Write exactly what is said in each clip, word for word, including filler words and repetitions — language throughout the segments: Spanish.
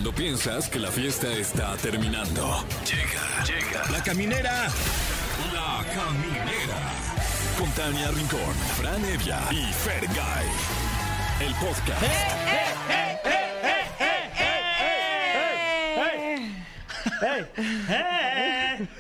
Cuando piensas que la fiesta está terminando. Llega, llega. La Caminera. La Caminera. Con Tania Rincón, Fran Evia y Fergay. El podcast. ¡Eh, eh, eh, eh, eh, eh, eh, eh, eh!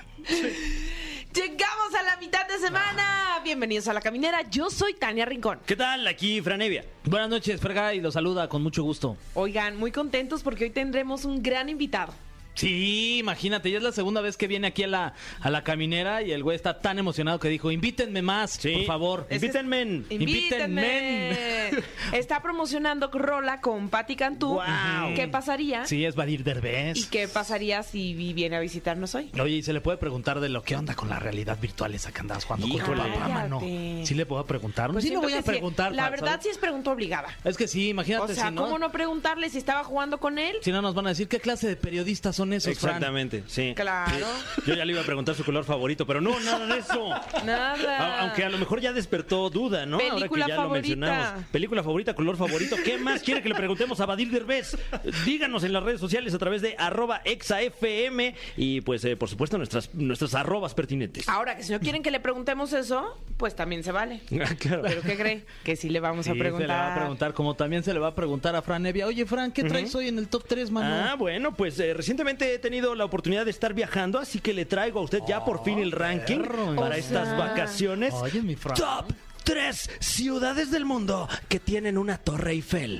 Llegamos a la mitad de semana. Bienvenidos a La Caminera. Yo soy Tania Rincón. ¿Qué tal? Aquí Fran Evia. Buenas noches, Fergay, los saluda con mucho gusto. Oigan, muy contentos porque hoy tendremos un gran invitado. Sí, imagínate, ya es la segunda vez que viene aquí a la, a la Caminera y el güey está tan emocionado que dijo, invítenme más, Sí. por favor. Es que- Invítenme. Invítenme. Está promocionando rola con Patti Cantú. Guau. ¿Qué pasaría? Sí, es Badir Derbez. ¿Y qué pasaría si Vi viene a visitarnos hoy? Oye, y se le puede preguntar de lo que onda con la realidad virtual esa que andas jugando con tu Híjole. papá, mano. Cállate. Sí le puedo preguntar. Pues sí le siento voy a que sí. preguntar. La pa- verdad ¿sabes? sí es pregunta obligada. Es que sí, imagínate O sea, si no. ¿cómo no preguntarle si estaba jugando con él? Si no nos van a decir qué clase de periodistas son esos, Fran? Exactamente, sí. Claro. Yo ya le iba a preguntar su color favorito, pero no, nada de eso. Nada. A- Aunque a lo mejor ya despertó duda, ¿no? Ahora que Película ya favorita. lo mencionamos. Película favorita, color favorito. ¿Qué más quiere que le preguntemos a Badir Derbez? Díganos en las redes sociales a través de arroba exafm y pues eh, por supuesto nuestras, nuestras arrobas pertinentes. Ahora, que si no quieren que le preguntemos eso, pues también se vale. Claro. ¿Pero qué cree? Que sí le vamos Sí, a se le va a preguntar. preguntar, como también se le va a preguntar a Fran Evia. Oye, Fran, ¿qué traes hoy en el top tres, mano? Ah, bueno, pues eh, recientemente he tenido la oportunidad de estar viajando, así que le traigo a usted ya por fin el ranking perro. para O estas sea. vacaciones. Oye, mi Fran. Top tres ciudades del mundo que tienen una Torre Eiffel.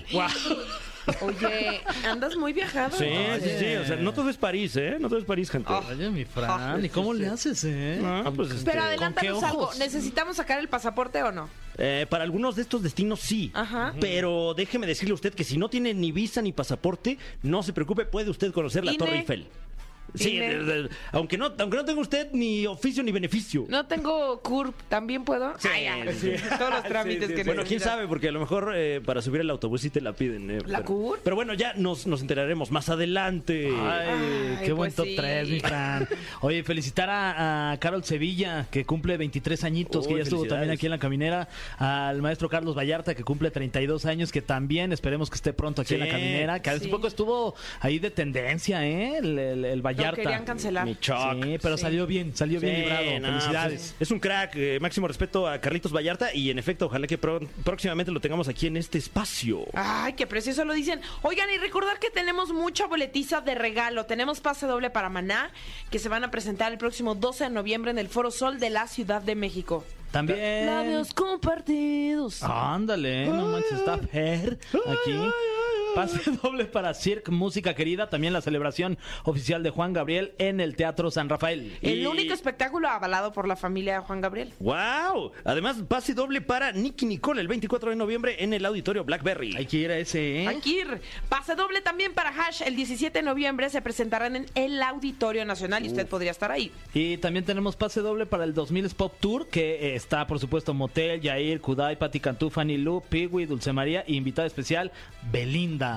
Oye, andas muy viajado. Sí, ¿no? sí, sí. O sea, no todo es París, ¿eh? No todo es París, gente. Oye, mi Fran, Ah, ¿y cómo le haces, eh? Ah, pues, este, Pero ¿con adelántanos qué algo. ojos? ¿Necesitamos sacar el pasaporte o no? eh, para algunos de estos destinos sí. Ajá. Pero déjeme decirle a usted que si no tiene ni visa ni pasaporte, no se preocupe, puede usted conocer la I N E. Torre Eiffel. Sí, I N E. de- de- aunque no, aunque no tenga usted ni oficio ni beneficio. No tengo C U R P, ¿también puedo? Sí, Ay, ya. sí. Todos los trámites Sí, sí. que Bueno, quién necesitas. sabe, porque a lo mejor eh, para subir el autobús sí te la piden. eh, ¿La pero, C U R? Pero bueno, ya nos, nos enteraremos más adelante. Ay, Ay, qué buen pues top sí. tres, mi Fran. Oye, felicitar a, a Carol Sevilla, que cumple veintitrés añitos, Uy, que ya estuvo felicidades. también aquí en La Caminera. Al maestro Carlos Vallarta, que cumple treinta y dos años, que también esperemos que esté pronto aquí Sí, en La Caminera. Que hace sí. poco estuvo ahí de tendencia, ¿eh? El, el- el Vallarta. Lo querían cancelar. Mi Choc. Sí, pero Sí. salió bien, salió bien Sí, librado. no, Felicidades. pues, es un crack. eh, máximo respeto a Carlitos Vallarta. Y en efecto, ojalá que pro- próximamente lo tengamos aquí en este espacio. Ay, qué precioso lo dicen. Oigan, y recordar que tenemos mucha boletiza de regalo. Tenemos pase doble para Maná, que se van a presentar el próximo doce de noviembre en el Foro Sol de la Ciudad de México. También. Labios compartidos. Ándale, no manches, está Fer aquí. Pase doble para Cirque Música Querida, también la celebración oficial de Juan Gabriel en el Teatro San Rafael. El Y- único espectáculo avalado por la familia de Juan Gabriel. ¡Wow! Además, pase doble para Nicky Nicole el veinticuatro de noviembre en el Auditorio Blackberry. Hay que ir a ese, ¿eh? Hay que ir. Pase doble también para Hash. El diecisiete de noviembre se presentarán en el Auditorio Nacional y usted podría estar ahí. Y también tenemos pase doble para el dos mil Pop Tour, que eh, está, por supuesto, Motel, Yair, Kudai, Pati Cantú, Fanny Lu, Piwi, Dulce María y invitada especial, Belinda.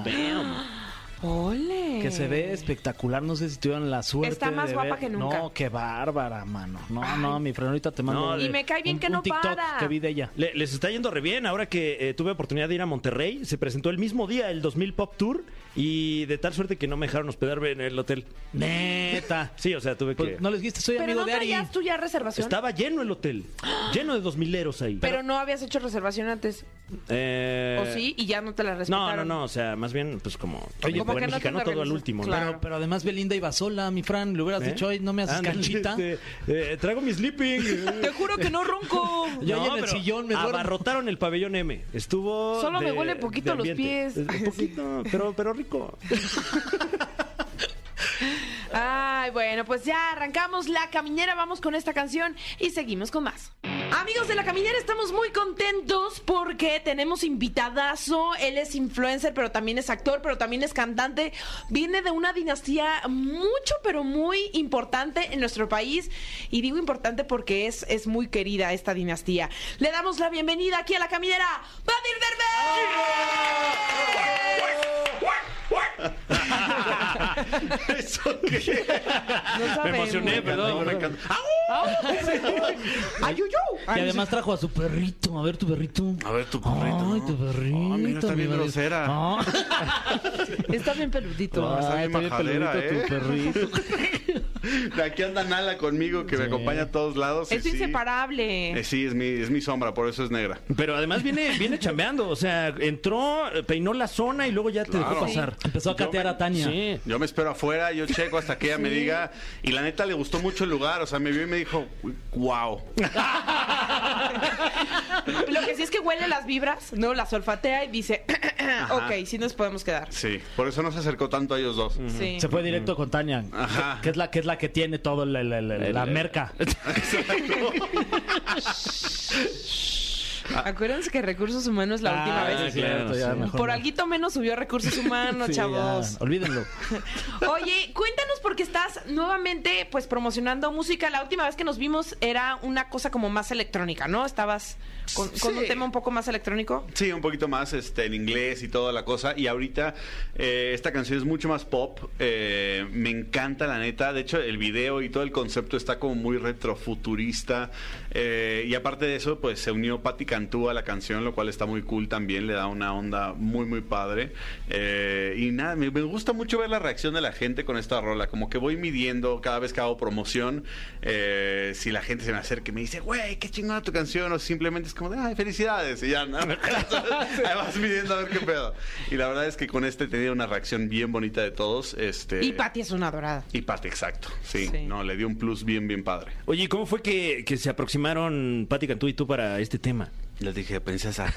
¡Ole! Que se ve espectacular, no sé si tuvieron la suerte. Está más de guapa ver. que nunca. No, qué bárbara, mano. No, no, mi Fran, ahorita te mando. No, Y me cae bien un- que un no TikTok para. que vi de ella. Le- les está yendo re bien. Ahora que eh, tuve oportunidad de ir a Monterrey, se presentó el mismo día el dos mil Pop Tour y de tal suerte que no me dejaron hospedarme en el hotel. Neta. Sí, o sea, tuve Pues que... no les dijiste, soy Pero amigo no de Ari. traías tú ya reservación. Estaba lleno el hotel, lleno de dos mileros ahí. Pero no habías hecho reservación antes. Eh, ¿O sí? Y ya no te la No, respetaron. no, no, o sea, más bien, pues como... Oye, como como buen que no te mexicano todo al organizas. último, ¿no? Claro. Pero, pero además Belinda iba sola, mi Fran. Le hubieras ¿Eh? dicho, ay, no me haces Ándale, canchita. este, eh, traigo mi sleeping. Te juro que no ronco. Yo ahí No, en el pero sillón me duermo. abarrotaron el pabellón M. Estuvo. Solo me de- huele poquito de los ambiente. pies. Es- Un poquito, pero, pero rico. Ay, bueno, pues ya arrancamos La Caminera, vamos con esta canción y seguimos con más. Amigos de La Caminera, estamos muy contentos porque tenemos invitadazo. Él es influencer, pero también es actor, pero también es cantante. Viene de una dinastía mucho, pero muy importante en nuestro país. Y digo importante porque es, es muy querida esta dinastía. Le damos la bienvenida aquí a La Caminera, ¡Badir Derbez! ¿Eso qué? No Me sabemos. emocioné, perdón. Me encantó. ¡Ay, uy, uy! Y además trajo a su perrito. A ver tu perrito. A ver tu perrito. Ay, tu perrito. Oh, mira, está mi bien Badir. grosera. Ah. Está bien peludito. No, está bien majadera, peludito tu perrito. De aquí anda Nala conmigo, que me Sí. acompaña a todos lados. y Es sí, inseparable. eh, sí, es mi, es mi sombra, por eso es negra. Pero además viene, viene chambeando, o sea, entró, peinó la zona y luego ya te Claro. dejó pasar. Empezó a catear a Tania. Sí. Yo me espero afuera, yo checo hasta que ella me diga. Y la neta le gustó mucho el lugar, o sea, me vio y me dijo, wow. Lo que sí es que huele las vibras, ¿no? Las olfatea y dice, ok, sí nos podemos quedar. Sí, por eso no se acercó tanto a ellos dos. Sí. Se fue directo con Tania, Ajá. que es la que es la que tiene todo la, la, la, la El- merca. Acuérdense que Recursos Humanos la última Ah, vez. sí, cierto, ya, sí. mejor Por no. alguito menos subió Recursos Humanos, Sí, chavos. ya, olvídenlo. Oye, cuéntanos porque estás nuevamente pues promocionando música. La última vez que nos vimos era una cosa como más electrónica, ¿no? Estabas con, con Sí. un tema un poco más electrónico. Sí, un poquito más este, en inglés y toda la cosa. Y ahorita eh, esta canción es mucho más pop. Eh, me encanta, la neta. De hecho, el video y todo el concepto está como muy retrofuturista. Eh, y aparte de eso, pues se unió Patti Cantú a la canción, lo cual está muy cool también. Le da una onda muy, muy padre. Eh, y nada, me, me gusta mucho ver la reacción de la gente con esta rola. Como que voy midiendo cada vez que hago promoción. Eh, si la gente se me acerca y me dice, güey, qué chingona tu canción. O simplemente es como de, ay, felicidades. Y ya, ¿no? Ahí vas midiendo a ver qué pedo. Y la verdad es que con este he tenido una reacción bien bonita de todos. Este, Y Patti es una adorada. Y Patti, exacto. Sí, Sí. no, le dio un plus bien, bien padre. Oye, ¿cómo fue que, que se aproximaron Patti Cantú y tú para este tema? Les dije, princesa,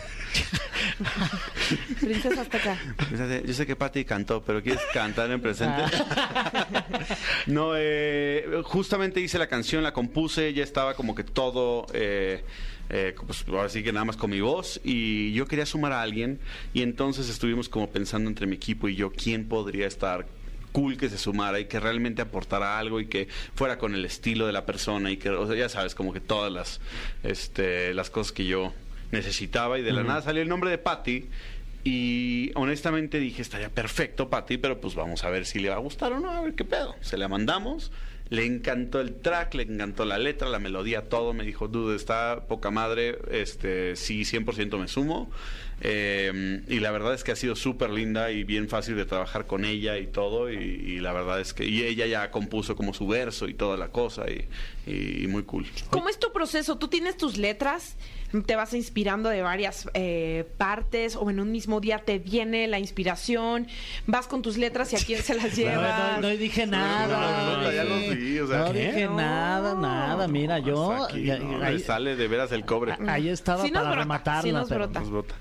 Princesa Azteca. princesa, yo sé que Patti cantó, pero ¿quieres cantar en presente? No, eh, justamente hice la canción, la compuse, ya estaba como que todo... Eh, Eh, pues ahora sí que nada más con mi voz, y yo quería sumar a alguien, y entonces estuvimos como pensando entre mi equipo y yo quién podría estar cool que se sumara y que realmente aportara algo y que fuera con el estilo de la persona y que, o sea, ya sabes, como que todas las este las cosas que yo necesitaba, y de la nada salió el nombre de Patti. Y honestamente dije, estaría perfecto, Patti, pero pues vamos a ver si le va a gustar o no, a ver qué pedo. Se la mandamos, le encantó el track, le encantó la letra, la melodía, todo. Me dijo, dude, está poca madre, este, sí, cien por ciento me sumo. Eh, y la verdad es que ha sido súper linda y bien fácil de trabajar con ella y todo. Y, y la verdad es que y ella ya compuso como su verso y toda la cosa, y, y, y muy cool. ¿Cómo es tu proceso? ¿Tú tienes tus letras? ¿Te vas inspirando de varias eh, partes? ¿O en un mismo día te viene la inspiración? ¿Vas con tus letras y a quién se las No, llevas? no, no dije nada. No, ya los vi, o sea, no ¿qué? dije No. nada, nada. Mira, yo Hasta aquí, ya- no, ahí, le sale de veras el cobre. ahí estaba Sí nos para brota, rematarla. sí nos pero- brota. Nos brota.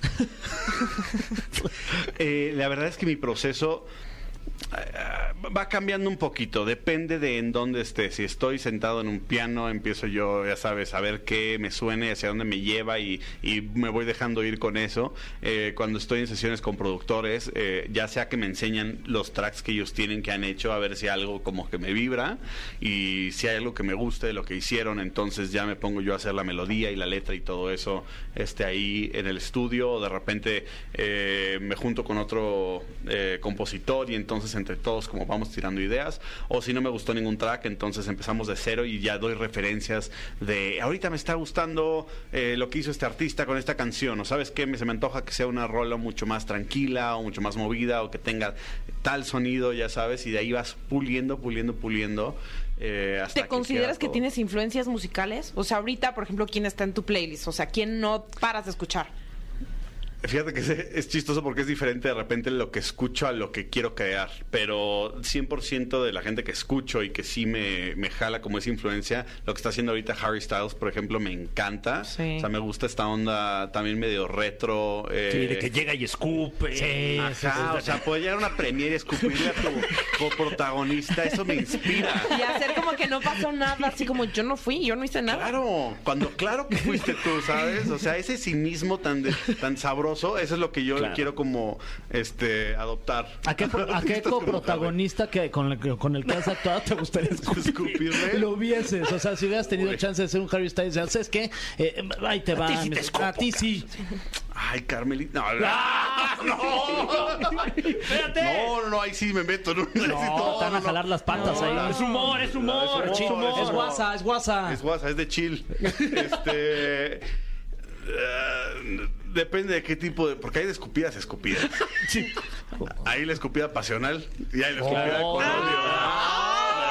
Eh, la verdad es que mi proceso eh, va cambiando un poquito, depende de en dónde esté. Si estoy sentado en un piano, empiezo yo, ya sabes, a ver qué me suene, hacia dónde me lleva, y, y me voy dejando ir con eso. Eh, cuando estoy en sesiones con productores, eh, ya sea que me enseñan los tracks que ellos tienen, que han hecho, a ver si algo como que me vibra, y si hay algo que me guste de lo que hicieron, entonces ya me pongo yo a hacer la melodía y la letra y todo eso este, ahí en el estudio. O de repente eh, me junto con otro eh, compositor, y entonces entre todos como vamos tirando ideas. O si no me gustó ningún track, entonces empezamos de cero y ya doy referencias de ahorita me está gustando eh, lo que hizo este artista con esta canción, o sabes qué, me, se me antoja que sea una rola mucho más tranquila o mucho más movida, o que tenga tal sonido, ya sabes, y de ahí vas puliendo, puliendo, puliendo. Eh, hasta ¿Te consideras queda que todo. tienes influencias musicales? O sea, ahorita, por ejemplo, ¿quién está en tu playlist? O sea, ¿quién no paras de escuchar? Fíjate que es, es chistoso porque es diferente de repente lo que escucho a lo que quiero crear, pero cien por ciento de la gente que escucho y que sí me, me jala como esa influencia, lo que está haciendo ahorita Harry Styles, por ejemplo, me encanta. Sí. O sea, me gusta esta onda también medio retro. eh, Sí, de que llega y escupe. Sí, Ajá, o sea, puedo llegar a una premiere y escupirle a tu coprotagonista, eso me inspira. Y hacer como que no pasó nada, así como yo no fui, yo no hice nada. Claro, cuando claro que fuiste tú, ¿sabes? O sea, ese cinismo tan de- tan sabroso, eso es lo que yo Claro. quiero como este adoptar. ¿A qué, ¿a qué Estás como coprotagonista que, con, el, que- con el que has actuado te gustaría escupir? ¿Escupirle? Lo hubieses. O sea, si hubieras tenido Uy. chance de ser un Harry Styles, ¿sabes qué? Eh, ahí te va. ti sí mi- te escupo, a ti sí. Ay, Carmelita. No, ¡Ah! no. ¡Espérate! No, no, no, ahí sí me meto. No, No, te van a jalar las patas ahí. Es humor, es humor, es chico. humor, Es guasa, es guasa. Es guasa, es de chill. Este. eh, depende de qué tipo de... Porque hay de escupidas escupidas. Sí. Hay la escupida pasional y hay la escupida Oh. con odio.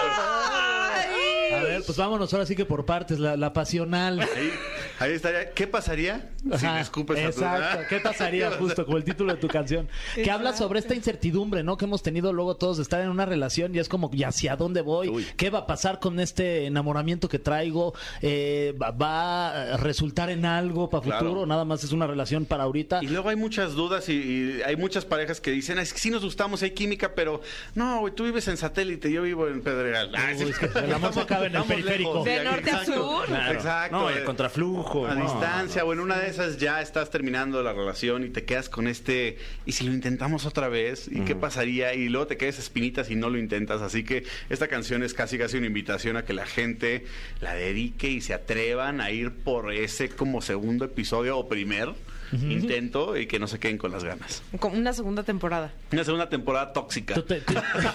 A ver, pues vámonos ahora sí que por partes, la, la pasional. Ahí, ahí estaría. ¿Qué pasaría si Ajá, le escupes a tu... exacto. ¿Qué pasaría justo como el título de tu canción? Que habla sobre esta incertidumbre, ¿no? Que hemos tenido luego todos de estar en una relación y es como, ¿y hacia dónde voy? Uy. ¿Qué va a pasar con este enamoramiento que traigo? Eh, ¿va, ¿Va a resultar en algo para Claro. futuro? Nada más es una relación para ahorita. Y luego hay muchas dudas y, y hay muchas parejas que dicen, es que sí nos gustamos, hay química, pero no, güey, tú vives en Satélite, yo vivo en Pedregal. Ah, sí. es que el amor se acaba en el Estamos periférico. lejos, De sí, norte a exacto. sur. Claro. Exacto. No, el contraflujo. A no. distancia, o en una de esas ya estás terminando la relación y te quedas con este, ¿y si lo intentamos otra vez? ¿Y qué pasaría? Y luego te quedas espinitas si no lo intentas. Así que esta canción es casi casi una invitación a que la gente la dedique y se atrevan a ir por ese como segundo episodio o primer intento y que no se queden con las ganas. Como una segunda temporada. Una segunda temporada tóxica. Tú te- te-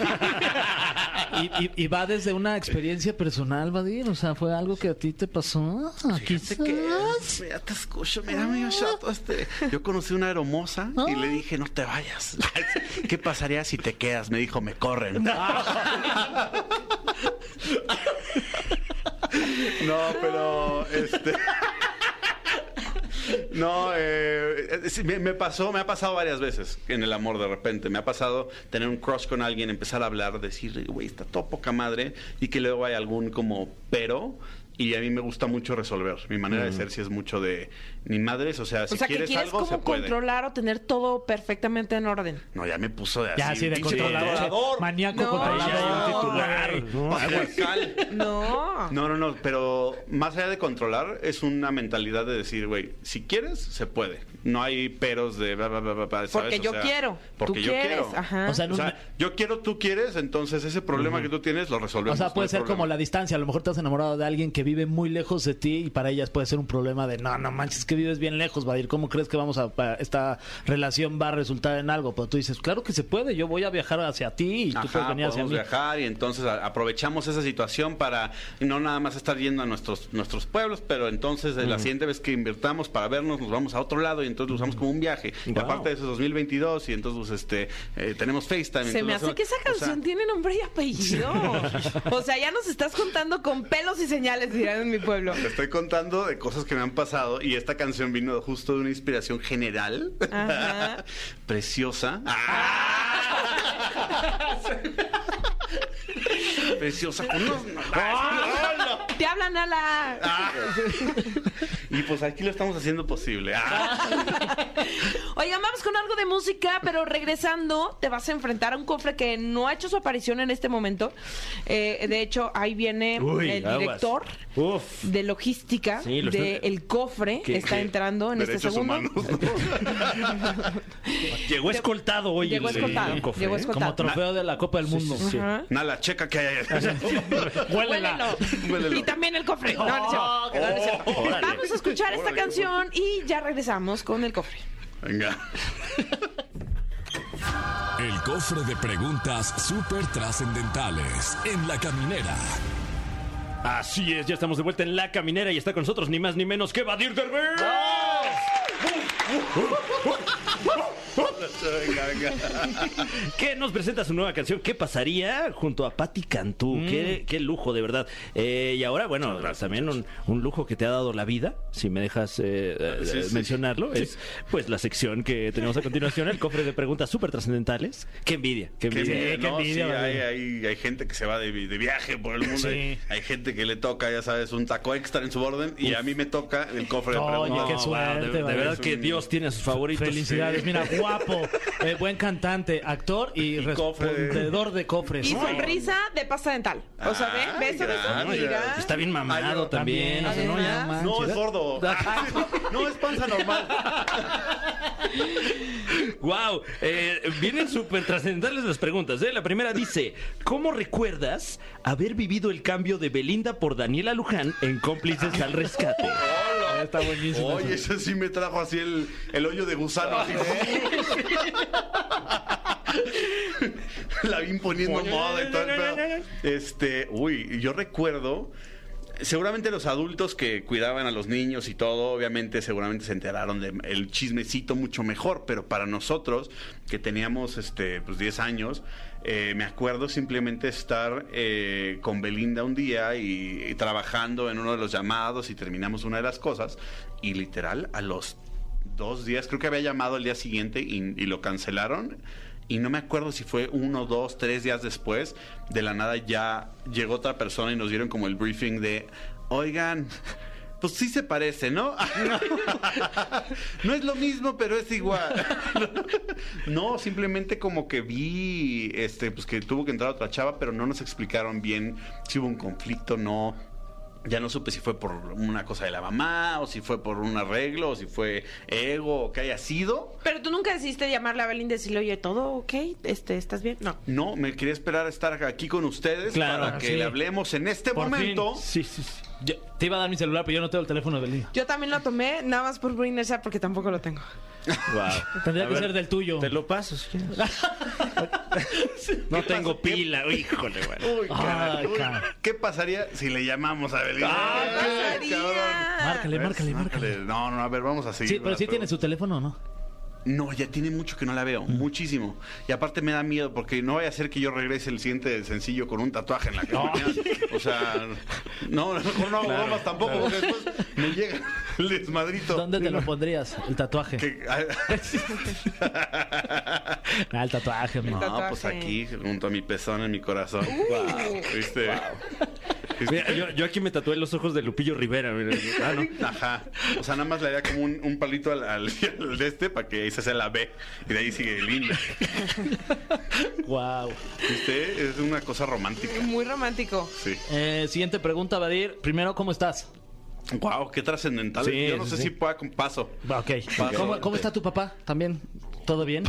y, y- y va desde una experiencia personal, Vadir. O sea, fue algo que a ti te pasó. Fíjate que, ya te escucho, mira, medio chato este. Yo conocí una hermosa y le dije, no te vayas. ¿Qué pasaría si te quedas? Me dijo, me corren. No, pero este. No, eh, sí, me, me pasó, me ha pasado varias veces en el amor de repente. Me ha pasado tener un crush con alguien, empezar a hablar, decir, güey, está todo poca madre, y que luego hay algún como pero. Y a mí me gusta mucho resolver. Mi manera de ser sí es mucho de ni madres, o sea, si O sea, que quieres quieres algo como se puede. controlar o tener todo perfectamente en orden. No, ya me puso de así. Ya, así de pinche controlador. controlador. Maníaco No. controlador. Ahí hay un titular. güey. No, Patriarcal. No. No, no, no, pero más allá de controlar, es una mentalidad de decir, güey, si quieres, se puede. No hay peros de... Bla, bla, bla, bla, ¿sabes? Porque O yo sea, quiero. Porque Tú yo quieres. quiero. Ajá. O sea, en O un- sea, yo quiero, tú quieres, entonces ese problema que tú tienes lo resolvemos. O sea, no puede hay ser problema. como la distancia. A lo mejor te has enamorado de alguien que vive muy lejos de ti y para ellas puede ser un problema de no, no manches, que vives bien lejos, Vadir. ¿Cómo crees que vamos a, a- esta relación va a resultar en algo? Pero tú dices, claro que se puede. Yo voy a viajar hacia ti y tú Ajá, puedes venir hacia podemos mí. viajar y entonces a- aprovechamos esa situación para no nada más estar yendo a nuestros nuestros pueblos, pero entonces eh, la siguiente vez que invirtamos para vernos nos vamos a otro lado y entonces lo usamos como un viaje. Y Wow. aparte de eso es dos mil veintidós y entonces pues, este eh, tenemos FaceTime. Se me entonces, hace que esa o sea, canción tiene nombre y apellido. O sea, ya nos estás contando con pelos y señales, dirán en mi pueblo. Te estoy contando de cosas que me han pasado y esta canción vino justo de una inspiración general, Ajá. preciosa. Preciosa con unos... Te hablan a la... Ah. Y pues aquí lo estamos haciendo posible. Ah. Oigan, vamos con algo de música, pero regresando te vas a enfrentar a un cofre que no ha hecho su aparición en este momento. Eh, de hecho, ahí viene Uy, el aguas. director Uf. de logística Sí, lo del están- cofre. ¿Qué- está qué? entrando en este Derechos segundo. humanos. Llegó escoltado hoy. Llegó el- escoltado, el cofre, llegó ¿eh? escoltado. Como trofeo de la Copa del Mundo. sí. Ajá. Nala, checa que hay ahí. Huélelo. Huélelo. Y también el cofre. No, no es cierto. No, no es cierto. Órale. Vamos a escuchar esta Órale. canción y ya regresamos con el cofre. Venga. El cofre de preguntas súper trascendentales en La Caminera. Así es, ya estamos de vuelta en La Caminera y está con nosotros ni más ni menos que Vadir Derbez. Venga, venga. Que nos presenta su nueva canción ¿Qué pasaría? Junto a Patti Cantú. Qué, qué lujo, de verdad. Eh, y ahora, bueno, también un, un lujo que te ha dado la vida, si me dejas eh, eh, Sí, sí. mencionarlo, es pues la sección que tenemos a continuación, el cofre de preguntas súper trascendentales. Qué envidia, qué Qué envidia. envidia, qué ¿no? envidia, Sí, Vadir. hay, hay, hay gente que se va de, vi- de viaje por el mundo. Sí. Hay, hay gente que le toca, ya sabes, un taco extra en su orden. Y a mí me toca el cofre de Oye, preguntas. qué No, suerte, de, de Vadir. verdad Es que un- Dios tiene a sus favoritos. Felicidades, Sí. mira, guapo, eh, buen cantante, actor y, Y cofre. respondedor de cofres. Y sonrisa de pasta dental. O sea, ¿ven? Ay, ¿Ves eso? gracias. Mira. Está bien mamado Ay, también. también, o sea, no, ya además. No, manches. es gordo. No, es panza normal. Wow, eh, vienen súper trascendentales las preguntas. ¿eh? La primera dice: ¿cómo recuerdas haber vivido el cambio de Belinda por Daniela Luján en Cómplices al Rescate? Está buenísimo. Oye, eso sí me trajo así el, el hoyo de gusano. Así como- La vi poniendo moda y todo el pedo. Este, uy, yo recuerdo seguramente los adultos que cuidaban a los niños y todo, obviamente seguramente se enteraron del chismecito mucho mejor, pero para nosotros que teníamos este pues diez años, eh, me acuerdo simplemente estar eh, con Belinda un día y, y trabajando en uno de los llamados y terminamos una de las cosas y literal a los dos días, creo que había llamado el día siguiente y, y lo cancelaron. Y no me acuerdo si fue uno, dos, tres días después, de la nada ya llegó otra persona y nos dieron como el briefing de, oigan, pues sí se parece, ¿no? No es lo mismo, pero es igual. No, simplemente como que vi este, pues que tuvo que entrar otra chava, pero no nos explicaron bien si hubo un conflicto, no. Ya no supe si fue por una cosa de la mamá, o si fue por un arreglo, o si fue ego, o que haya sido. Pero tú nunca decidiste llamarle a Belinda y decirle, oye, ¿todo ok? Este, ¿estás bien? No. No, me quería esperar a estar aquí con ustedes Claro, para que sí. le hablemos en este Por momento. Sí, sí, sí. Yo te iba a dar mi celular, pero yo no tengo el teléfono de Belinda. Yo también lo tomé, nada más por inercia, porque tampoco lo tengo. Wow. Tendría A que ver, ser del tuyo. Te lo paso, si quieres. No tengo pila. Híjole, bueno. Uy, Ay, caray. Uy, cara. ¿Qué pasaría si le llamamos a Belinda? Ah, Ay, ¿qué cabrón. pasaría? Márcale, márcale, Pues, márcale. No, no, a ver, vamos a seguir. Sí, pero sí tiene su teléfono, ¿no? No, ya tiene mucho que no la veo, muchísimo. Y aparte me da miedo porque no vaya a ser que yo regrese el siguiente sencillo con un tatuaje en la cara. O sea, no, a lo mejor no hago bromas tampoco, porque después me llega el desmadrito. ¿Dónde te lo pondrías? El tatuaje. Que- Ah, el tatuaje, no. No, tatuaje. pues aquí, junto a mi pezón, en mi corazón. Wow, ¿viste? Mira, yo, yo aquí me tatué los ojos de Lupillo Rivera. Mira. Ah, no. Ajá. O sea, nada más le haría como un, un palito al, al- al de este para que ahí se hace la B. Y de ahí sigue Linda. Wow. ¿Viste? Es una cosa romántica. Muy romántico. Sí. Eh, siguiente pregunta, Badir. Primero, ¿cómo estás? Wow, qué trascendental. Sí, Yo no sí, sé sí. si pueda con paso. Va, Ok. Paso. ¿Cómo, cómo está tu papá? ¿También? ¿Todo bien?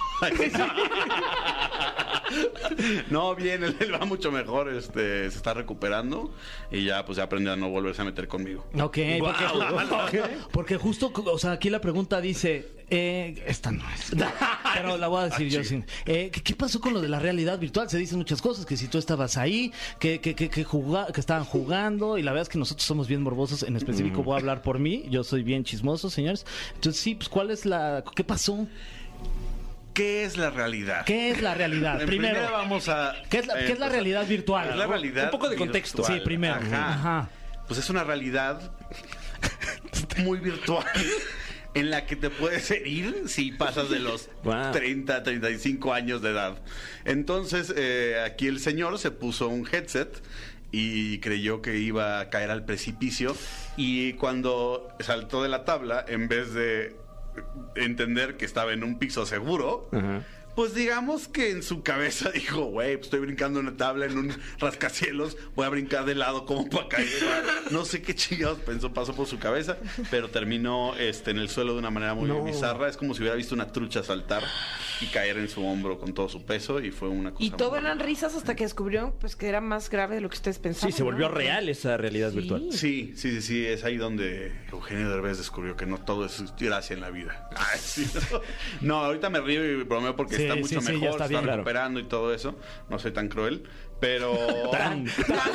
No, bien, él, él va mucho mejor, este, se está recuperando y ya pues ya aprendió a no volverse a meter conmigo. Ok, porque, porque, porque justo, o sea, aquí la pregunta dice, eh, esta no es, pero la voy a decir yo sin. Eh, ¿qué, qué pasó con lo de la realidad virtual? Se dicen muchas cosas, que si tú estabas ahí, que que que que, juga- que estaban jugando y la verdad es que nosotros somos bien morbosos. En específico voy a hablar por mí, yo soy bien chismoso, señores. Entonces sí, pues ¿cuál es la, qué pasó? ¿Qué es la realidad? ¿Qué es la realidad? En Primero, primera vamos a... ¿qué es la, qué es la eh, realidad virtual? Es la realidad Un poco de contexto. virtual. Sí, primero. Ajá. Ajá. Pues es una realidad muy virtual en la que te puedes herir si pasas de los Wow. treinta, treinta y cinco años de edad. Entonces, eh, aquí el señor se puso un headset y creyó que iba a caer al precipicio y cuando saltó de la tabla, en vez de entender que estaba en un piso seguro, Ajá. pues digamos que en su cabeza dijo, güey, pues estoy brincando en una tabla en un rascacielos, voy a brincar de lado como para caer. No sé qué chingados pensó, pasó por su cabeza, pero terminó este, en el suelo de una manera muy No. bizarra. Es como si hubiera visto una trucha saltar y caer en su hombro con todo su peso y fue una cosa Y todo muy- eran risas hasta que descubrieron pues que era más grave de lo que ustedes pensaban. Sí, se volvió ¿no? real esa realidad Sí. virtual. Sí, sí, sí, sí, es ahí donde Eugenio Derbez descubrió que no todo es gracia en la vida. Ay, sí. No, ahorita me río y bromeo porque Sí, está sí, mucho sí, ya mejor, está está, bien, claro. recuperando y todo eso. No soy tan cruel, pero... Tan.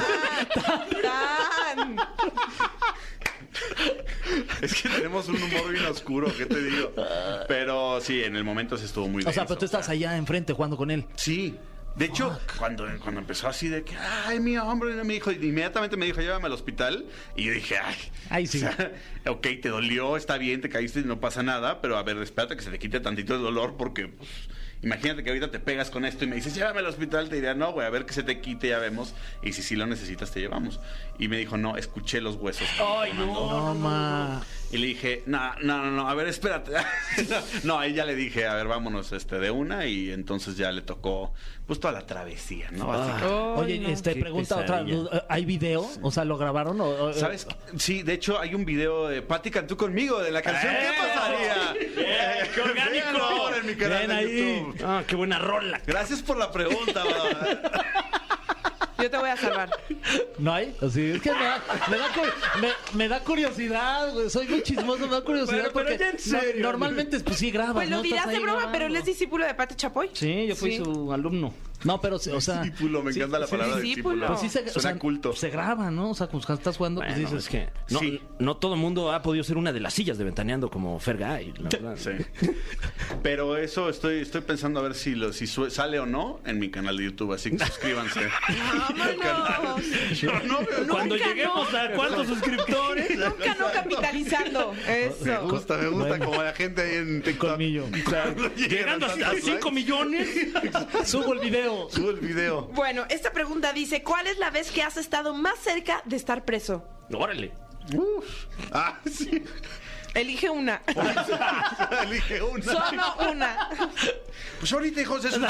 ¡Tan! Es que tenemos un humor bien oscuro, ¿qué te digo? Pero sí, en el momento se estuvo muy O sea, denso, pero tú estás sea. allá enfrente jugando con él. Sí. De hecho, cuando, cuando empezó así de que, ay, mi hombre, me dijo, inmediatamente me dijo, llévame al hospital. Y yo dije, ay, Ay, sí. o sea, ok, te dolió, está bien, te caíste y no pasa nada, pero a ver, espérate que se te quite tantito el dolor porque, pues, imagínate que ahorita te pegas con esto y me dices, llévame al hospital, te diría, no, güey, a ver que se te quite, ya vemos. Y si sí lo necesitas, te llevamos. Y me dijo, no, escuché los huesos. Ay, no. No, ma. Y le dije, no, no, no, no, a ver, espérate. No, ahí ya le dije, a ver, vámonos este, de una. Y entonces ya le tocó, pues, toda la travesía, ¿no? Básicamente. Ay, Oye, no. este, Qué pregunta otra, pesadilla. ¿hay video? O sea, ¿lo grabaron? O, o- ¿Sabes? Sí, de hecho hay un video de Pati Cantú conmigo de la canción ¿Qué pasaría? ¡Eh, qué orgánico! Véanlo ahora en mi canal Ven de ahí. YouTube. Ah, qué buena rola. Gracias por la pregunta. va. Yo te voy a salvar. ¿No hay? Así, es que me da, me da, cu- me- me da curiosidad, güey. Soy muy chismoso, me da curiosidad. Pero- pero porque ya en serio. no- normalmente, pues sí grabas, Pues lo ¿no? dirás Estás de ahí broma, grabando. pero él es discípulo de Pati Chapoy. Sí, yo fui Sí. su alumno. No, pero, o sea... Discípulo, me sí, encanta la sí, palabra discípulo. discípulo. Pues sí se, Suena o sea, culto. se graba, ¿no? O sea, pues cuando estás jugando, pues Bueno, dices... es que no, Sí. no todo el mundo ha podido ser una de las sillas de Ventaneando como Fergay, la verdad. Sí. Pero eso estoy estoy pensando a ver si lo, si su- sale o no en mi canal de YouTube, así que suscríbanse. ¡Vámonos! No, no, no, Cuando Nunca lleguemos no. a cuántos suscriptores. Nunca no capitalizando. me Eso. gusta, me gusta Bueno. como la gente ahí en TikTok. Colmillo. Llegando a tantos cinco likes, millones. Subo el video. Subo el video. Bueno, esta pregunta dice, ¿cuál es la vez que has estado más cerca de estar preso? Órale. Ah, sí. Elige una. Elige una. Solo una. Pues ahorita, hijos de su...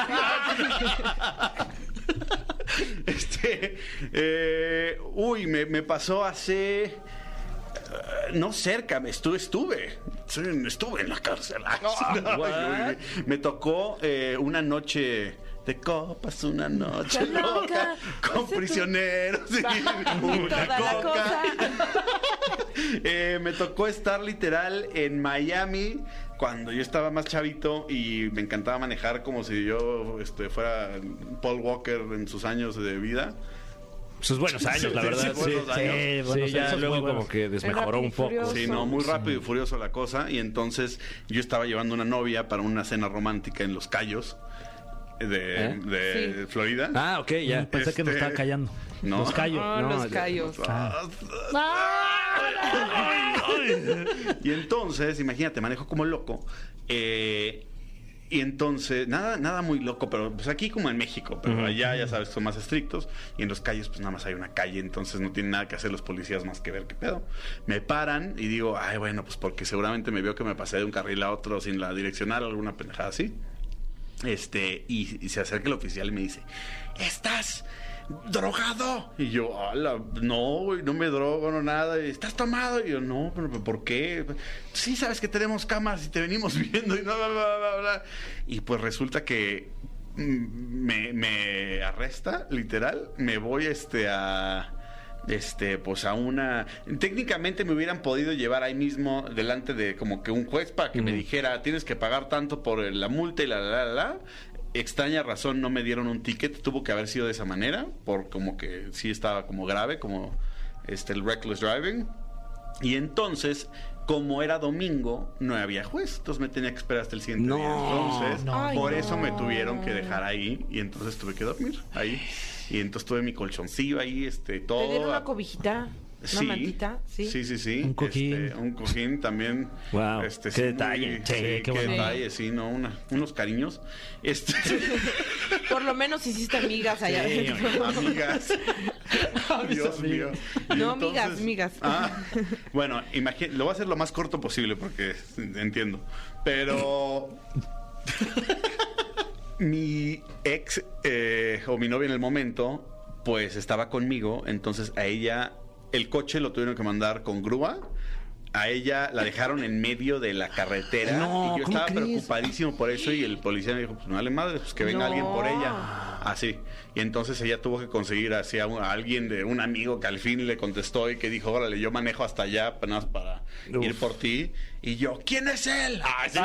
Este, eh, uy, me, me pasó hace, eh, no cerca, me estuve, estuve, sí, estuve en la cárcel. Ay, sí, no, what? me, me tocó eh, una noche de copas, una noche Está loca. loca, con Ese tú. prisioneros, y una Toda la coca. cosa. Eh, me tocó estar literal en Miami cuando yo estaba más chavito y me encantaba manejar como si yo este, fuera Paul Walker en sus años de vida. Sus buenos años, la Sí, verdad. sí, buenos años. Sí, bueno, Sí, ya esos luego muy buenos. como que desmejoró Rápido y un poco. Furioso. Sí, no, muy rápido y furioso la cosa. Y entonces yo estaba llevando una novia para una cena romántica en Los Cayos de, ¿Eh? de Sí. Florida. Ah, ok, ya. Pensé que nos Este- estaba callando. No. Los callo. Oh, No, los ya. callos. Y entonces, imagínate, manejo como loco. Eh, y entonces, nada, nada muy loco, pero pues aquí como en México, pero allá ya sabes, son más estrictos. Y en Los Cayos, pues nada más hay una calle, entonces no tienen nada que hacer los policías más que ver qué pedo. Me paran y digo, ay, bueno, pues porque seguramente me vio que me pasé de un carril a otro sin la direccional o alguna pendejada así. Este, y, y se acerca el oficial y me dice, ¿estás drogado? Y yo, hola, no, güey, no me drogo, no nada. Y, ¿estás tomado? Y yo, no, pero ¿por qué? Sí, sabes que tenemos cámaras y te venimos viendo y bla, bla, bla, bla, bla. Y pues resulta que mm, me, me arresta, literal. Me voy este a... Este, pues a una... Técnicamente me hubieran podido llevar ahí mismo delante de como que un juez para que me dijera, tienes que pagar tanto por la multa y la, la, la, la. Extraña razón no me dieron un ticket, tuvo que haber sido de esa manera, por como que sí estaba como grave, como este el reckless driving. Y entonces, como era domingo, no había juez, entonces me tenía que esperar hasta el siguiente No, día. Entonces, no. por Ay, eso me no. tuvieron que dejar ahí y entonces tuve que dormir ahí. Y entonces tuve mi colchoncillo ahí, este, todo. ¿Te dieron una cobijita? ¿Una Sí, mantita? Sí. sí, sí, sí. Un cojín. Este, un cojín también. Wow, Este, qué sí, detalle. muy- Sí, sí, qué qué bueno. detalle, sí, no, una- unos cariños. Este, Por lo menos hiciste amigas allá Sí, adentro. amigas. Dios mío. Y No, amigas, amigas. Ah, bueno, imagín- lo voy a hacer lo más corto posible porque entiendo. Pero mi ex eh, o mi novia en el momento, pues estaba conmigo, entonces a ella el coche lo tuvieron que mandar con grúa. A ella la dejaron en medio de la carretera No, y yo ¿cómo estaba crees? preocupadísimo por eso y el policía me dijo, pues no vale madre, pues que venga No. alguien por ella. Así. Y entonces ella tuvo que conseguir así a, un- a alguien de un amigo que al fin le contestó y que dijo, órale, yo manejo hasta allá apenas para Uf. ir por ti. Y yo, ¿quién es él? Ah, sí.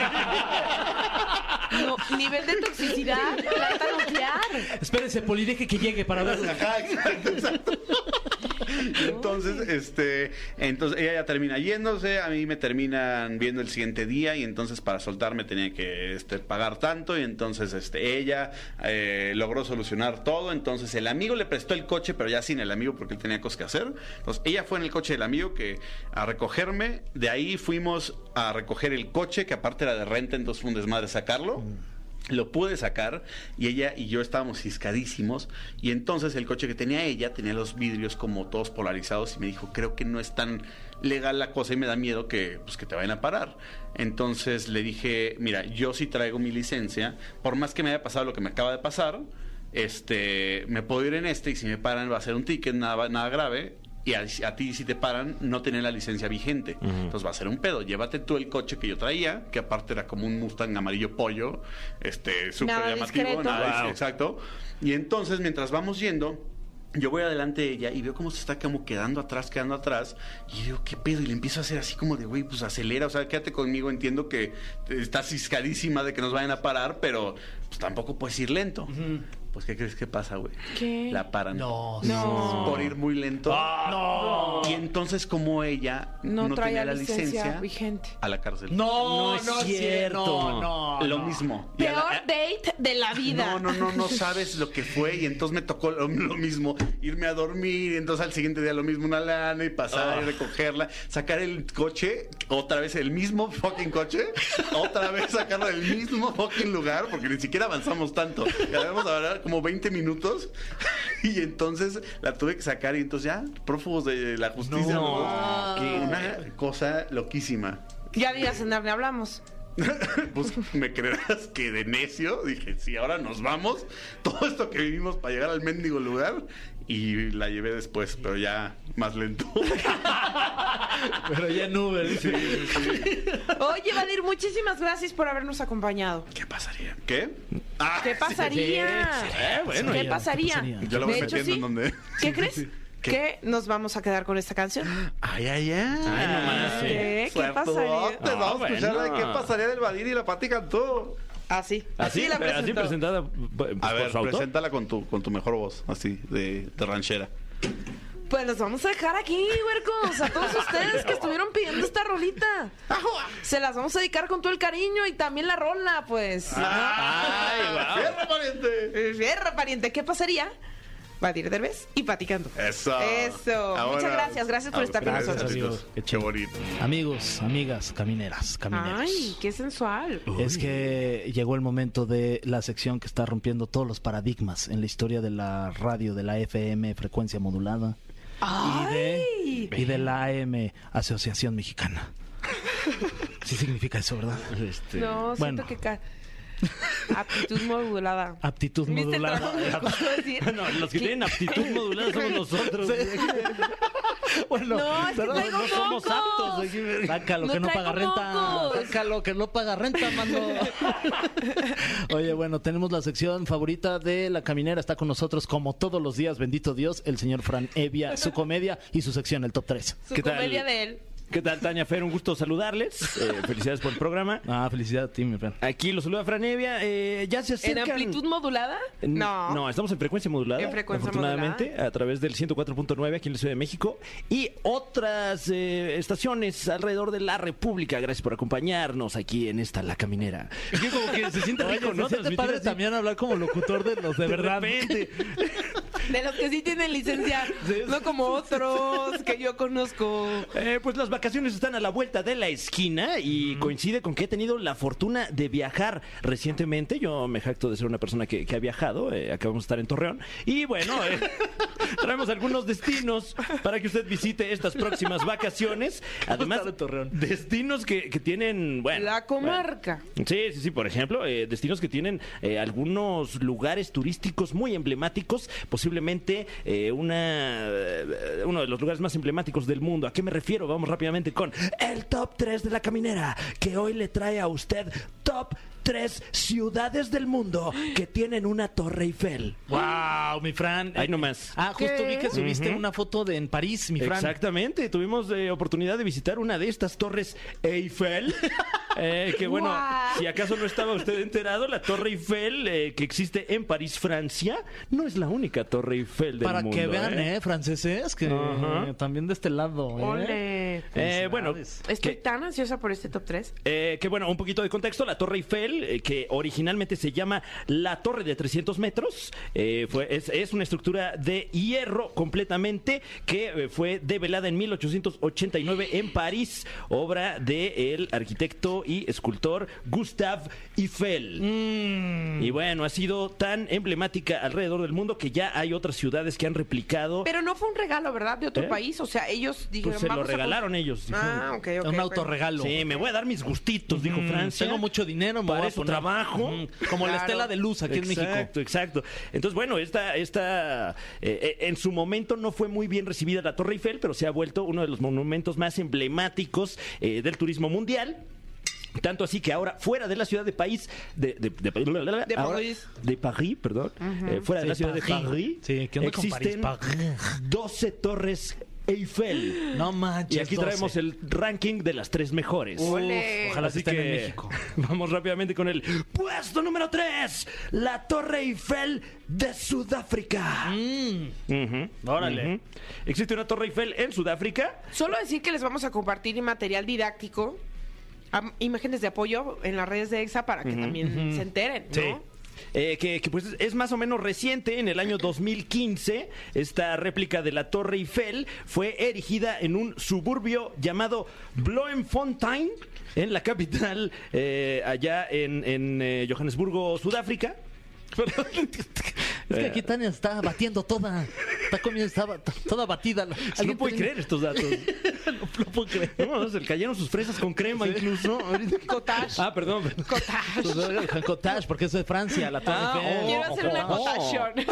No, nivel de toxicidad, planta nuclear. Espérense, Poli, deje que llegue para verlo. Ajá, exacto, exacto. Y entonces, este, entonces ella ya termina yéndose, a mí me terminan viendo el siguiente día y entonces para soltarme tenía que este, pagar tanto y entonces este, ella eh, logró solucionar todo, entonces el amigo le prestó el coche pero ya sin el amigo porque él tenía cosas que hacer, entonces ella fue en el coche del amigo que a recogerme, de ahí fuimos a recoger el coche que aparte era de renta, entonces fue un desmadre sacarlo. Lo pude sacar y ella y yo estábamos ciscadísimos y entonces el coche que tenía ella tenía los vidrios como todos polarizados y me dijo, creo que no es tan legal la cosa y me da miedo que, pues, que te vayan a parar. Entonces le dije, mira, yo sí traigo mi licencia, por más que me haya pasado lo que me acaba de pasar, este, me puedo ir en este y si me paran va a ser un ticket, nada, nada grave. Y a, a ti si te paran no tener la licencia vigente, uh-huh. Entonces va a ser un pedo. Llévate tú el coche que yo traía, que aparte era como un Mustang amarillo pollo, este súper Nada llamativo, discreto. nada, Wow. exacto. Y entonces mientras vamos yendo Yo voy adelante de ella y veo cómo se está como quedando atrás, quedando atrás. Y digo, ¿qué pedo? Y le empiezo a hacer así como de, güey, pues acelera. O sea, quédate conmigo. Entiendo que estás ciscadísima de que nos vayan a parar, pero pues tampoco puedes ir lento. Uh-huh. Pues, ¿qué crees que pasa, güey? ¿Qué? La paran. No. No. Por ir muy lento. Ah, no. Y entonces, como ella No, no, traía tenía la licencia, licencia, vigente. a la cárcel. No, No es no es cierto. cierto. No, no, Lo no. mismo. Y a Peor la- date de la vida. No, no, no, no sabes lo que fue. Y entonces me tocó lo, lo mismo, irme a dormir. Y entonces al siguiente día lo mismo, una lana y pasar Oh. y recogerla. Sacar el coche, otra vez el mismo fucking coche. Otra vez sacarlo del mismo fucking lugar, porque ni siquiera avanzamos tanto. Ya debemos hablar como veinte minutos. Y entonces la tuve que sacar. Y entonces ya, prófugos de la justicia. No. ¿no? Que una cosa loquísima. Ya días en darle hablamos. Pues me creerás que de necio dije, sí, ahora nos vamos, todo esto que vivimos para llegar al mendigo lugar, y la llevé después, pero ya más lento. Pero ya en Uber. Sí, sí, sí. Oye, Vadir, muchísimas gracias por habernos acompañado. ¿Qué pasaría? ¿Qué? Ah, ¿Qué pasaría? Eh, bueno, ¿Qué ya. pasaría? ¿Qué pasaría? Yo lo voy De hecho, metiendo sí. en donde. ¿Qué crees? ¿Qué? Que nos vamos a quedar con esta canción. Ay, ay, ay. Ay, no más, sí. ¿Qué? ¿Qué Suertudotes, pasaría? vamos a Ah, escuchar la de bueno. qué pasaría del Badir y la Pati cantó. Así. Así, Así la pero así presentó. presentada pues, A por ver, su autor. preséntala con tu, con tu mejor voz, así, de, de ranchera. Pues los vamos a dejar aquí, huercos, a todos ustedes que estuvieron pidiendo esta rolita. Se las vamos a dedicar con todo el cariño y también la rola, pues. Ay, guau. ¡Fierro, pariente! Fierro, pariente, ¿qué pasaría? Vadir Derbez y Pati Cantú. Eso. Eso. Ahora- Muchas gracias, gracias por Ah, estar con gracias, nosotros. amigos. Qué Qué bonito. Amigos, amigas, camineras, camineros. Ay, qué sensual. Es que llegó el momento de la sección que está rompiendo todos los paradigmas en la historia de la radio, de la F M, frecuencia modulada, y de, Ay. y de la A M, Asociación Mexicana. Sí significa eso, ¿verdad? Este, No, Bueno. siento que ca... aptitud modulada. Aptitud ¿Viste el modulada. trabajo que me costó decir? No, los que tienen aptitud modulada somos nosotros. Bueno, No, es que pero traigo no somos mocos. aptos. aquí. sácalo, No que no traigo paga renta. mocos. Sácalo, que no paga renta, mano. Oye, bueno, tenemos la sección favorita de La Caminera. Está con nosotros, como todos los días, bendito Dios, el señor Fran Evia, su comedia y su sección, el top tres. Su ¿Qué tal? comedia de él. ¿Qué tal, Tania Fer? Un gusto saludarles. Eh, felicidades por el programa. Ah, felicidad a ti, mi Fran. Aquí los saluda Fran Evia. Eh, ya se ¿En acercan... amplitud modulada? En- No. No, estamos en frecuencia modulada. En frecuencia afortunadamente, modulada. a través del ciento cuatro punto nueve aquí en la Ciudad de México y otras eh, estaciones alrededor de la República. Gracias por acompañarnos aquí en esta La Caminera. Es que como que se siente rico, Oye, ¿no? se siente Transmitir padre así. también hablar como locutor de los de De verdad. repente. De los que sí tienen licencia, no como otros que yo conozco. Eh, pues las vacaciones están a la vuelta de la esquina y coincide con que he tenido la fortuna de viajar recientemente. Yo me jacto de ser una persona que, que ha viajado. Eh, acabamos de estar en Torreón. Y bueno, eh, traemos algunos destinos para que usted visite estas próximas vacaciones. Además, estar en Torreón. destinos que, que tienen, bueno... La comarca. bueno, sí, sí, sí. Por ejemplo, eh, destinos que tienen eh, algunos lugares turísticos muy emblemáticos. Posiblemente eh, una eh, uno de los lugares más emblemáticos del mundo. ¿A qué me refiero? Vamos rápidamente con el top tres de La Caminera, que hoy le trae a usted top tres ciudades del mundo que tienen una Torre Eiffel. Wow, mi Fran. Ahí nomás. Ah, justo ¿Qué? vi que subiste Ujú. una foto de en París, mi Fran. Exactamente, tuvimos eh, oportunidad de visitar una de estas torres Eiffel. Eh, que bueno, What? si acaso no estaba usted enterado, la Torre Eiffel eh, que existe en París, Francia, no es la única Torre Eiffel del Para mundo. que vean, ¿eh? ¿eh? Franceses, que Ajá. eh, también de este lado. ¿eh? Ole. Eh, bueno, Felicidades. Estoy que- tan ansiosa por este top tres. Eh, que bueno, un poquito de contexto, la Torre Eiffel, eh, que originalmente se llama la Torre de trescientos metros, eh, fue, es, es una estructura de hierro completamente que eh, fue develada en mil ochocientos ochenta y nueve en París, obra del arquitecto y escultor Gustave Eiffel. Mm. Y bueno, ha sido tan emblemática alrededor del mundo que ya hay otras ciudades que han replicado. Pero no fue un regalo, ¿verdad? De otro ¿Eh? país. O sea, ellos dijeron. Pues se lo vamos a pon- regalaron ellos. Ah, ok, ok. Un ok. autorregalo. Sí, me voy a dar mis gustitos, dijo Mm, Francia. Tengo mucho dinero, me para voy a eso poner- trabajo. Ujú. Como la Claro. estela de luz aquí en México. Exacto, exacto. Entonces, bueno, esta, esta eh, eh, en su momento no fue muy bien recibida la Torre Eiffel, pero se ha vuelto uno de los monumentos más emblemáticos eh, del turismo mundial. Tanto así que ahora, fuera de la ciudad de París, de, de, de, De ahora- París. de París, perdón, eh, fuera de Sí, la ciudad París. de París, Sí, ¿qué onda con existen París? París. doce torres Eiffel. No manches. Y aquí doce. traemos el ranking de las tres mejores. Uf, Ole. ojalá Así que estén que en México. vamos rápidamente con el puesto número tres, la Torre Eiffel de Sudáfrica. Ujú, Órale. ujú. Existe una Torre Eiffel en Sudáfrica. Solo decir que les vamos a compartir material didáctico, am- imágenes de apoyo en las redes de EXA para que también se enteren, ¿no? Sí. Eh, que, que, pues es más o menos reciente, en el año dos mil quince, esta réplica de la Torre Eiffel fue erigida en un suburbio llamado Bloemfontein, en la capital, eh, allá en, en eh, Johannesburgo, Sudáfrica. Es que aquí Tania está batiendo toda. Está comiendo, está ba- toda batida. No ¿Alguien puede tiene- creer estos datos. No lo puedo creer. No, se le cayeron sus fresas con crema incluso. Cottage. Ah, perdón. Cottage. El cottage, porque es de Francia, la Torre Ah, Eiffel. Quiero hacer una Oh. cotación.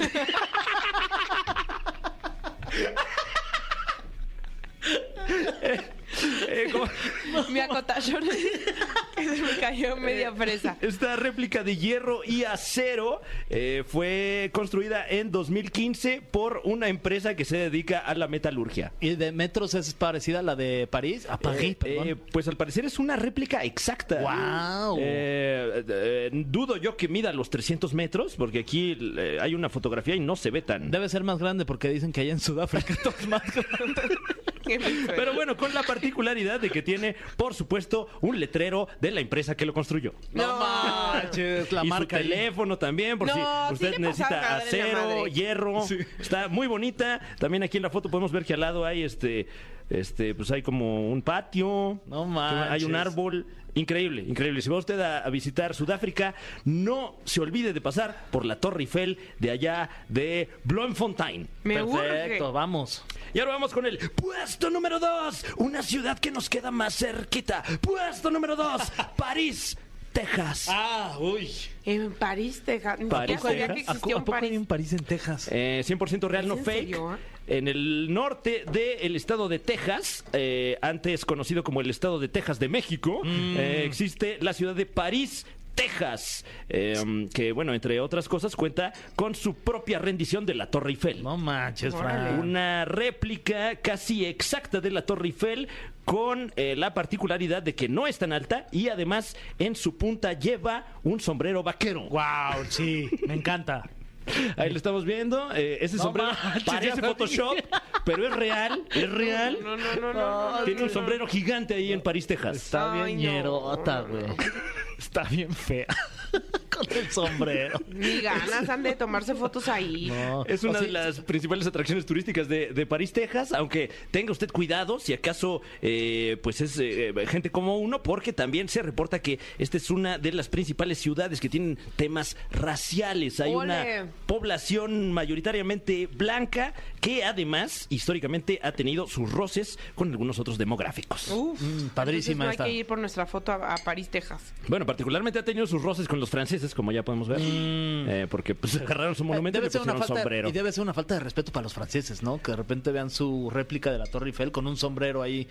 Eh, ¿cómo? Mi acotación. Que se me cayó media fresa. Esta réplica de hierro y acero eh, fue construida en dos mil quince por una empresa que se dedica a la metalurgia. ¿Y de metros es parecida a la de París? A París, Eh, perdón. eh, pues al parecer es una réplica exacta. ¡Guau! Eh, eh, dudo yo que mida los trescientos metros, porque aquí eh, hay una fotografía y no se ve tan. Debe ser más grande porque dicen que allá en Sudáfrica todo es más grande. Qué feo. Pero bueno, con la particularidad de que tiene, por supuesto, un letrero de la empresa que lo construyó. No. manches, la y marca su ahí. teléfono también, por No, si sí usted le necesita pasaron a darle la acero, madre. hierro. Está muy bonita. También aquí en la foto podemos ver que al lado hay este, este, pues hay como un patio. No Hay un manches. árbol. Increíble, increíble. Si va usted a, a visitar Sudáfrica, no se olvide de pasar por la Torre Eiffel de allá de Bloemfontein. Me urge. Perfecto, vamos. Y ahora vamos con el puesto número dos. Una ciudad que nos queda más cerquita. Puesto número dos. París, Texas. Ah, uy. En París, Texas. Ni París, siquiera sabía que Texas. ¿A, existía a un poco hay París. un París en Texas? Eh, cien por ciento real, ¿Es no en fake. serio? En el norte del estado de Texas, eh, antes conocido como el estado de Texas de México, eh, existe la ciudad de París, Texas, eh, que bueno, entre otras cosas cuenta con su propia rendición de la Torre Eiffel. No manches, Órale. Fran. Una réplica casi exacta de la Torre Eiffel con eh, la particularidad de que no es tan alta y además en su punta lleva un sombrero vaquero. Wow, sí, me encanta. Ahí lo estamos viendo. eh, ese No sombrero manches, parece ya Photoshop, pero es real, es real. No, no, no, no. no, Tiene no, un sombrero gigante ahí en París, Texas. Está Ay, bien no. ñerota, güey. Está bien fea. Con el sombrero. Ni ganas han de tomarse fotos ahí. No. Es una O sea, de las principales atracciones turísticas de, de París, Texas, aunque tenga usted cuidado si acaso eh, pues es eh, gente como uno, porque también se reporta que esta es una de las principales ciudades que tienen temas raciales. Hay ¡Ole! una población mayoritariamente blanca que además históricamente ha tenido sus roces con algunos otros demográficos. Uf, Mm, padrísima entonces no esta. hay que ir por nuestra foto a, a París, Texas. Bueno, particularmente ha tenido sus roces con los franceses, como ya podemos ver, eh, porque pues agarraron su monumento y Debe le ser una pusieron falta, sombrero. y debe ser una falta de respeto para los franceses, ¿no? Que de repente vean su réplica de la Torre Eiffel con un sombrero ahí.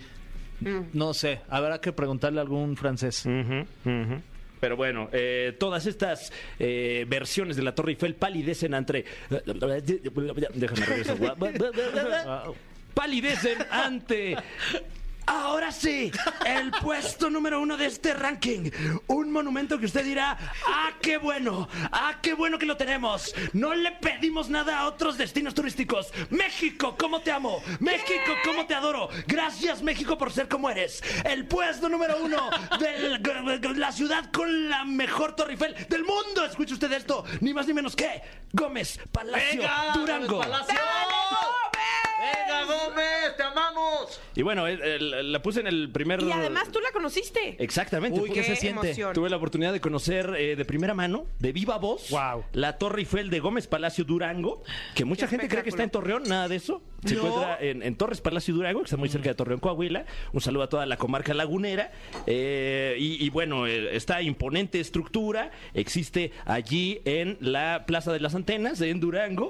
No sé, habrá que preguntarle a algún francés. Ujú, ujú. Pero bueno, eh, todas estas eh, versiones de la Torre Eiffel palidecen entre... Déjame regresar. Palidecen ante... Ahora sí, el puesto número uno de este ranking. Un monumento que usted dirá, ¡ah, qué bueno! ¡Ah, qué bueno que lo tenemos! No le pedimos nada a otros destinos turísticos. México, ¿cómo te amo? México, ¿cómo te adoro? Gracias, México, por ser como eres. El puesto número uno de la ciudad con la mejor Torre Eiffel del mundo. Escuche usted esto, ni más ni menos que Gómez Palacio, ¡Venga, Durango. Gómez Palacio! ¡Venga, Gómez! ¡Te amamos! Y bueno, el- el- la puse en el primer... Y además tú la conociste. Exactamente. Uy, Pu- ¿qué Qué se siente? emoción. Tuve la oportunidad de conocer eh, de primera mano, de viva voz, Guau. la Torre Eiffel de Gómez Palacio Durango, que mucha Qué gente cree que está en Torreón, nada de eso. Se No. encuentra en, en Torres Palacio Durango, que está muy cerca de Torreón, Coahuila. Un saludo a toda la comarca lagunera. Eh, y, y bueno, eh, esta imponente estructura existe allí en la Plaza de las Antenas, en Durango.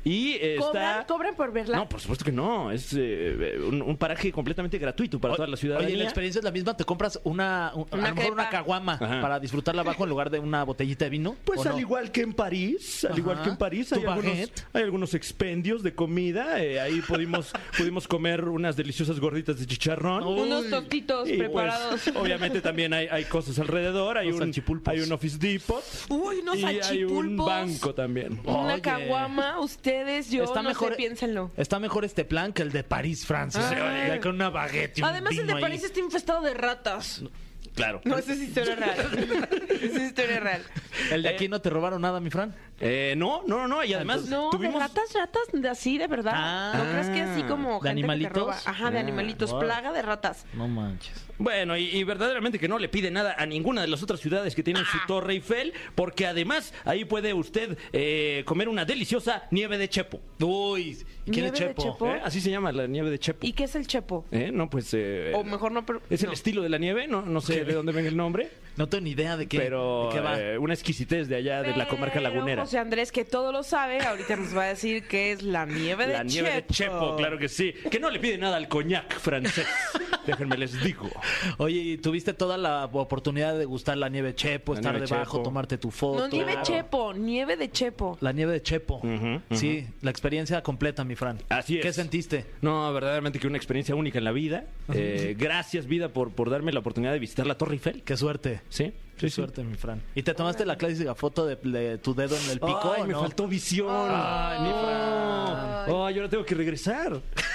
Y eh, ¿Cobran, está... ¿Cobran por verla? No, por supuesto que no. Es eh, un, un paraje completamente gratuito para toda la ciudadanía. Oye, la experiencia es la misma. Te compras una, un- Una a lo mejor una crepa. caguama Ajá. para disfrutarla abajo en lugar de una botellita de vino. Pues ¿o al no? igual que en París, al Ajá. igual que en París, Tu hay algunos, baguette. hay algunos expendios de comida. eh, ahí pudimos, pudimos comer unas deliciosas gorditas de chicharrón. Unos tostitos Y, pues, preparados. obviamente también hay, hay cosas alrededor. Hay Unos un, salchipulpos. hay un Office Depot. Uy, unos y hay un salchipulpos. banco también. Una Oye. caguama, ustedes, yo, Está no mejor- sé, piénsenlo. Está mejor este plan que el de París, Francia. Ah. Ya con una baguette y un Además, el vino de ahí. París está infestado de ratas. Claro. No, esa es historia real. Esa es historia real. ¿El de aquí no te robaron nada, mi Fran? Eh, no, no, no. Y además No, tuvimos... de ratas, ratas, de así, de verdad. Ah. ¿No crees que así como ¿De gente animalitos? que te roba? Ajá, de Ah, animalitos, wow. plaga de ratas. No manches. Bueno, y, y verdaderamente que no le pide nada a ninguna de las otras ciudades que tienen su Torre Eiffel, porque además ahí puede usted eh, comer una deliciosa nieve de Chepo. Uy, ¿y quién es ¿Nieve de Chepo? Chepo? ¿Eh? Así se llama la nieve de Chepo. ¿Y qué es el chepo? ¿Eh? No, pues... eh, O mejor no, pero... es el no. estilo de la nieve, no, no sé de dónde venga el nombre, No tengo ni idea de qué, pero de qué va. eh, una exquisitez de allá, de la comarca Pero lagunera. José Andrés, que todo lo sabe, ahorita nos va a decir que es la nieve de La nieve de Chepo, claro que sí. Que no le pide nada al coñac francés. Déjenme les digo. Oye, ¿y tuviste toda la oportunidad de gustar la nieve Chepo, La estar nieve debajo, Chepo. tomarte tu foto? No, nieve Claro. chepo, nieve de chepo. La nieve de Chepo. Ujú, Sí, la experiencia completa, mi Fran. Así es. ¿Qué sentiste? No, verdaderamente que una experiencia única en la vida. Eh, gracias, vida, por, por darme la oportunidad de visitar la Torre Eiffel. Qué suerte. Sí, Qué sí, sí. suerte, mi Fran. ¿Y te tomaste la clásica foto de, de tu dedo en el pico? Ay, o me no? faltó visión. Ay, mi Fran. Ay, ahora tengo que regresar.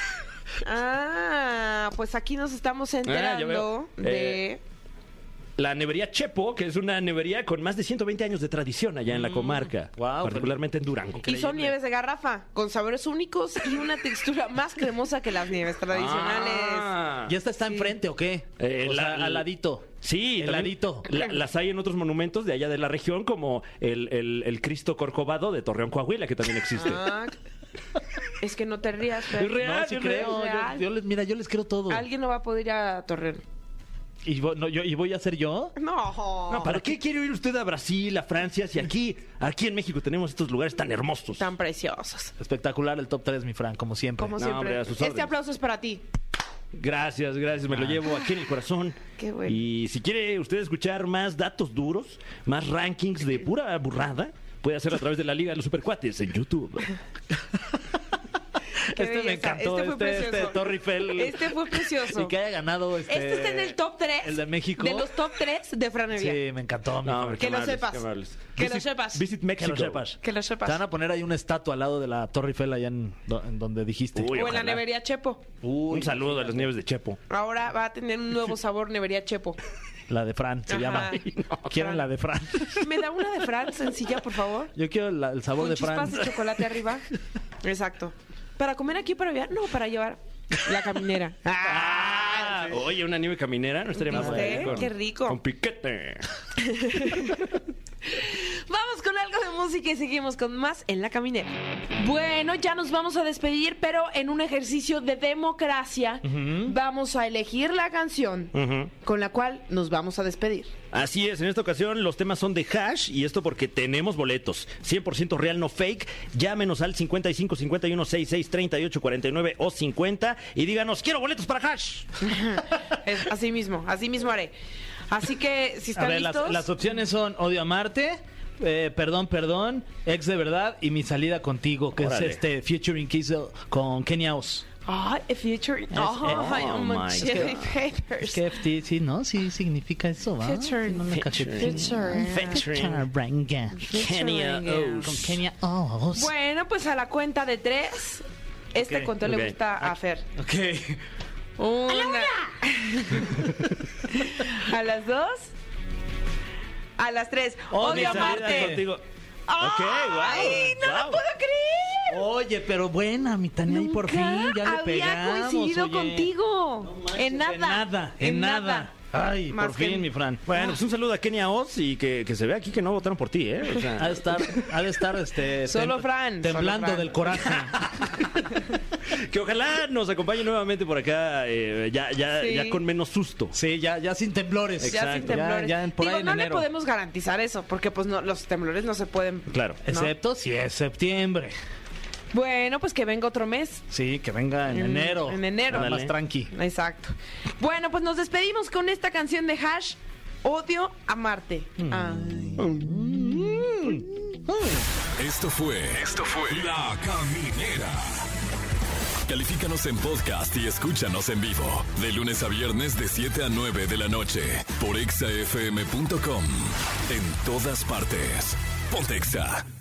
Ah, pues aquí nos estamos enterando ya veo. de... Eh, La nevería Chepo, que es una nevería con más de ciento veinte años de tradición allá en la comarca, Wow, particularmente en Durango. Y son nieves de garrafa, con sabores únicos y una textura más cremosa que las nieves tradicionales. Ah. ¿Y esta está Sí. enfrente o qué? Eh, o sea, la- al ladito. Sí, El también ladito. la- las hay en otros monumentos de allá de la región, como el, el- el Cristo Corcovado de Torreón, Coahuila, que también existe. Ah, es que no te rías, Fer. Es real. No, sí es creo. real. Yo, yo les, mira, yo les creo todo. Alguien no va a poder ir a Torreón. ¿Y, vo- no, yo, ¿Y voy a ser yo? No. No, ¿para qué quiere ir usted a Brasil, a Francia, si aquí, aquí en México tenemos estos lugares tan hermosos? Tan preciosos. Espectacular el top tres, mi Fran, como siempre. Como No, siempre. hombre, a sus Este órdenes. aplauso es para ti. Gracias, gracias, me lo llevo aquí en el corazón. Qué bueno. Y si quiere usted escuchar más datos duros, más rankings de pura burrada, puede hacerlo a través de la Liga de los Supercuates en YouTube. Qué Este me belleza. encantó, Este fue este, este precioso. Torre Eiffel. Este fue precioso. Y que haya ganado este... Este está en el top tres. El de México. De los top tres de Fran Evia. Sí, me encantó, mi No, Fran. hombre, Que qué lo amables, sepas. qué amables. Que lo Visit- sepas. Visit Que Mexico. lo sepas. Que lo sepas. Te van a poner ahí una estatua al lado de la Torre Eiffel allá en, do- en donde dijiste. Uy, O en la ojalá. nevería Chepo. Un saludo a las nieves de Chepo. Ahora va a tener un nuevo sabor nevería Chepo. La de Fran, se Ajá. llama. ¿Quieren la de Fran? ¿Me da una de Fran sencilla, por favor? Yo quiero la- el sabor Con de Fran. chispas de chocolate arriba. Exacto. ¿Para comer aquí para allá? No, para llevar la caminera. Ah, oye, una nieve caminera, no estaría más ¿Viste? mal, con- Qué rico. Con piquete. Vamos con algo de música y seguimos con más en La Caminera. Bueno, ya nos vamos a despedir, pero en un ejercicio de democracia vamos a elegir la canción Ujú. con la cual nos vamos a despedir. Así es, en esta ocasión los temas son de Hash y esto porque tenemos boletos. cien por ciento real, no fake. Llámenos al cincuenta y cinco cincuenta y uno sesenta y seis treinta y ocho cuarenta y nueve o cincuenta y díganos, quiero boletos para Hash. Es así mismo, así mismo haré. Así que, si A están ver, las, listos... las opciones son Odio Amarte, eh, Perdón, Perdón, Ex de Verdad y Mi Salida Contigo, que Órale. es este Featuring Kiss con Kenia Oz. Ay, a future... Es- Ay, oh oh, my my God. papers. Que F T, sí, ¿no? Sí significa eso, ¿va? Featuring. Sí, no le cacheteé. Featuring. Featuring Branga. Kenia Featuring. Oz. Con Kenia Oz. Bueno, pues a la cuenta de tres, este Ok, cuento ok. le gusta a Fer. Ok. Una. A las dos. A las tres. Oh, Odio mi salida amarte. Contigo. ¡Ay, Ok, wow, no wow. lo puedo creer! Oye, pero buena, mi Tania, y por fin Nunca ya le había pegamos. coincidido oye. contigo. No manches, en nada. En nada, en, nada. Ay, Más por que- fin, mi Fran. Bueno, pues un saludo a Kenia Oz y que, que se vea aquí que no votaron por ti, ¿eh? O sea, Ha de estar, ha de estar este, Solo tem- Fran, temblando solo Fran. del coraje. que ojalá nos acompañe nuevamente por acá, eh, ya, ya, Sí. ya con menos susto. Sí, ya, ya sin temblores. Ya sin Exacto. temblores. Ya- ya por Digo, ahí en no le enero. podemos garantizar eso, porque pues no, los temblores no se pueden. Claro. ¿no? Excepto si es septiembre. Bueno, pues que venga otro mes. Sí, que venga en, En- enero. en enero. Más Ándale. tranqui. Exacto. Bueno, pues nos despedimos con esta canción de Hash, Odio a Marte. Ay. Esto fue. Esto fue La Caminera. Califícanos en podcast y escúchanos en vivo. De lunes a viernes de siete a nueve de la noche. Por exa f m punto com. En todas partes. Ponte Exa.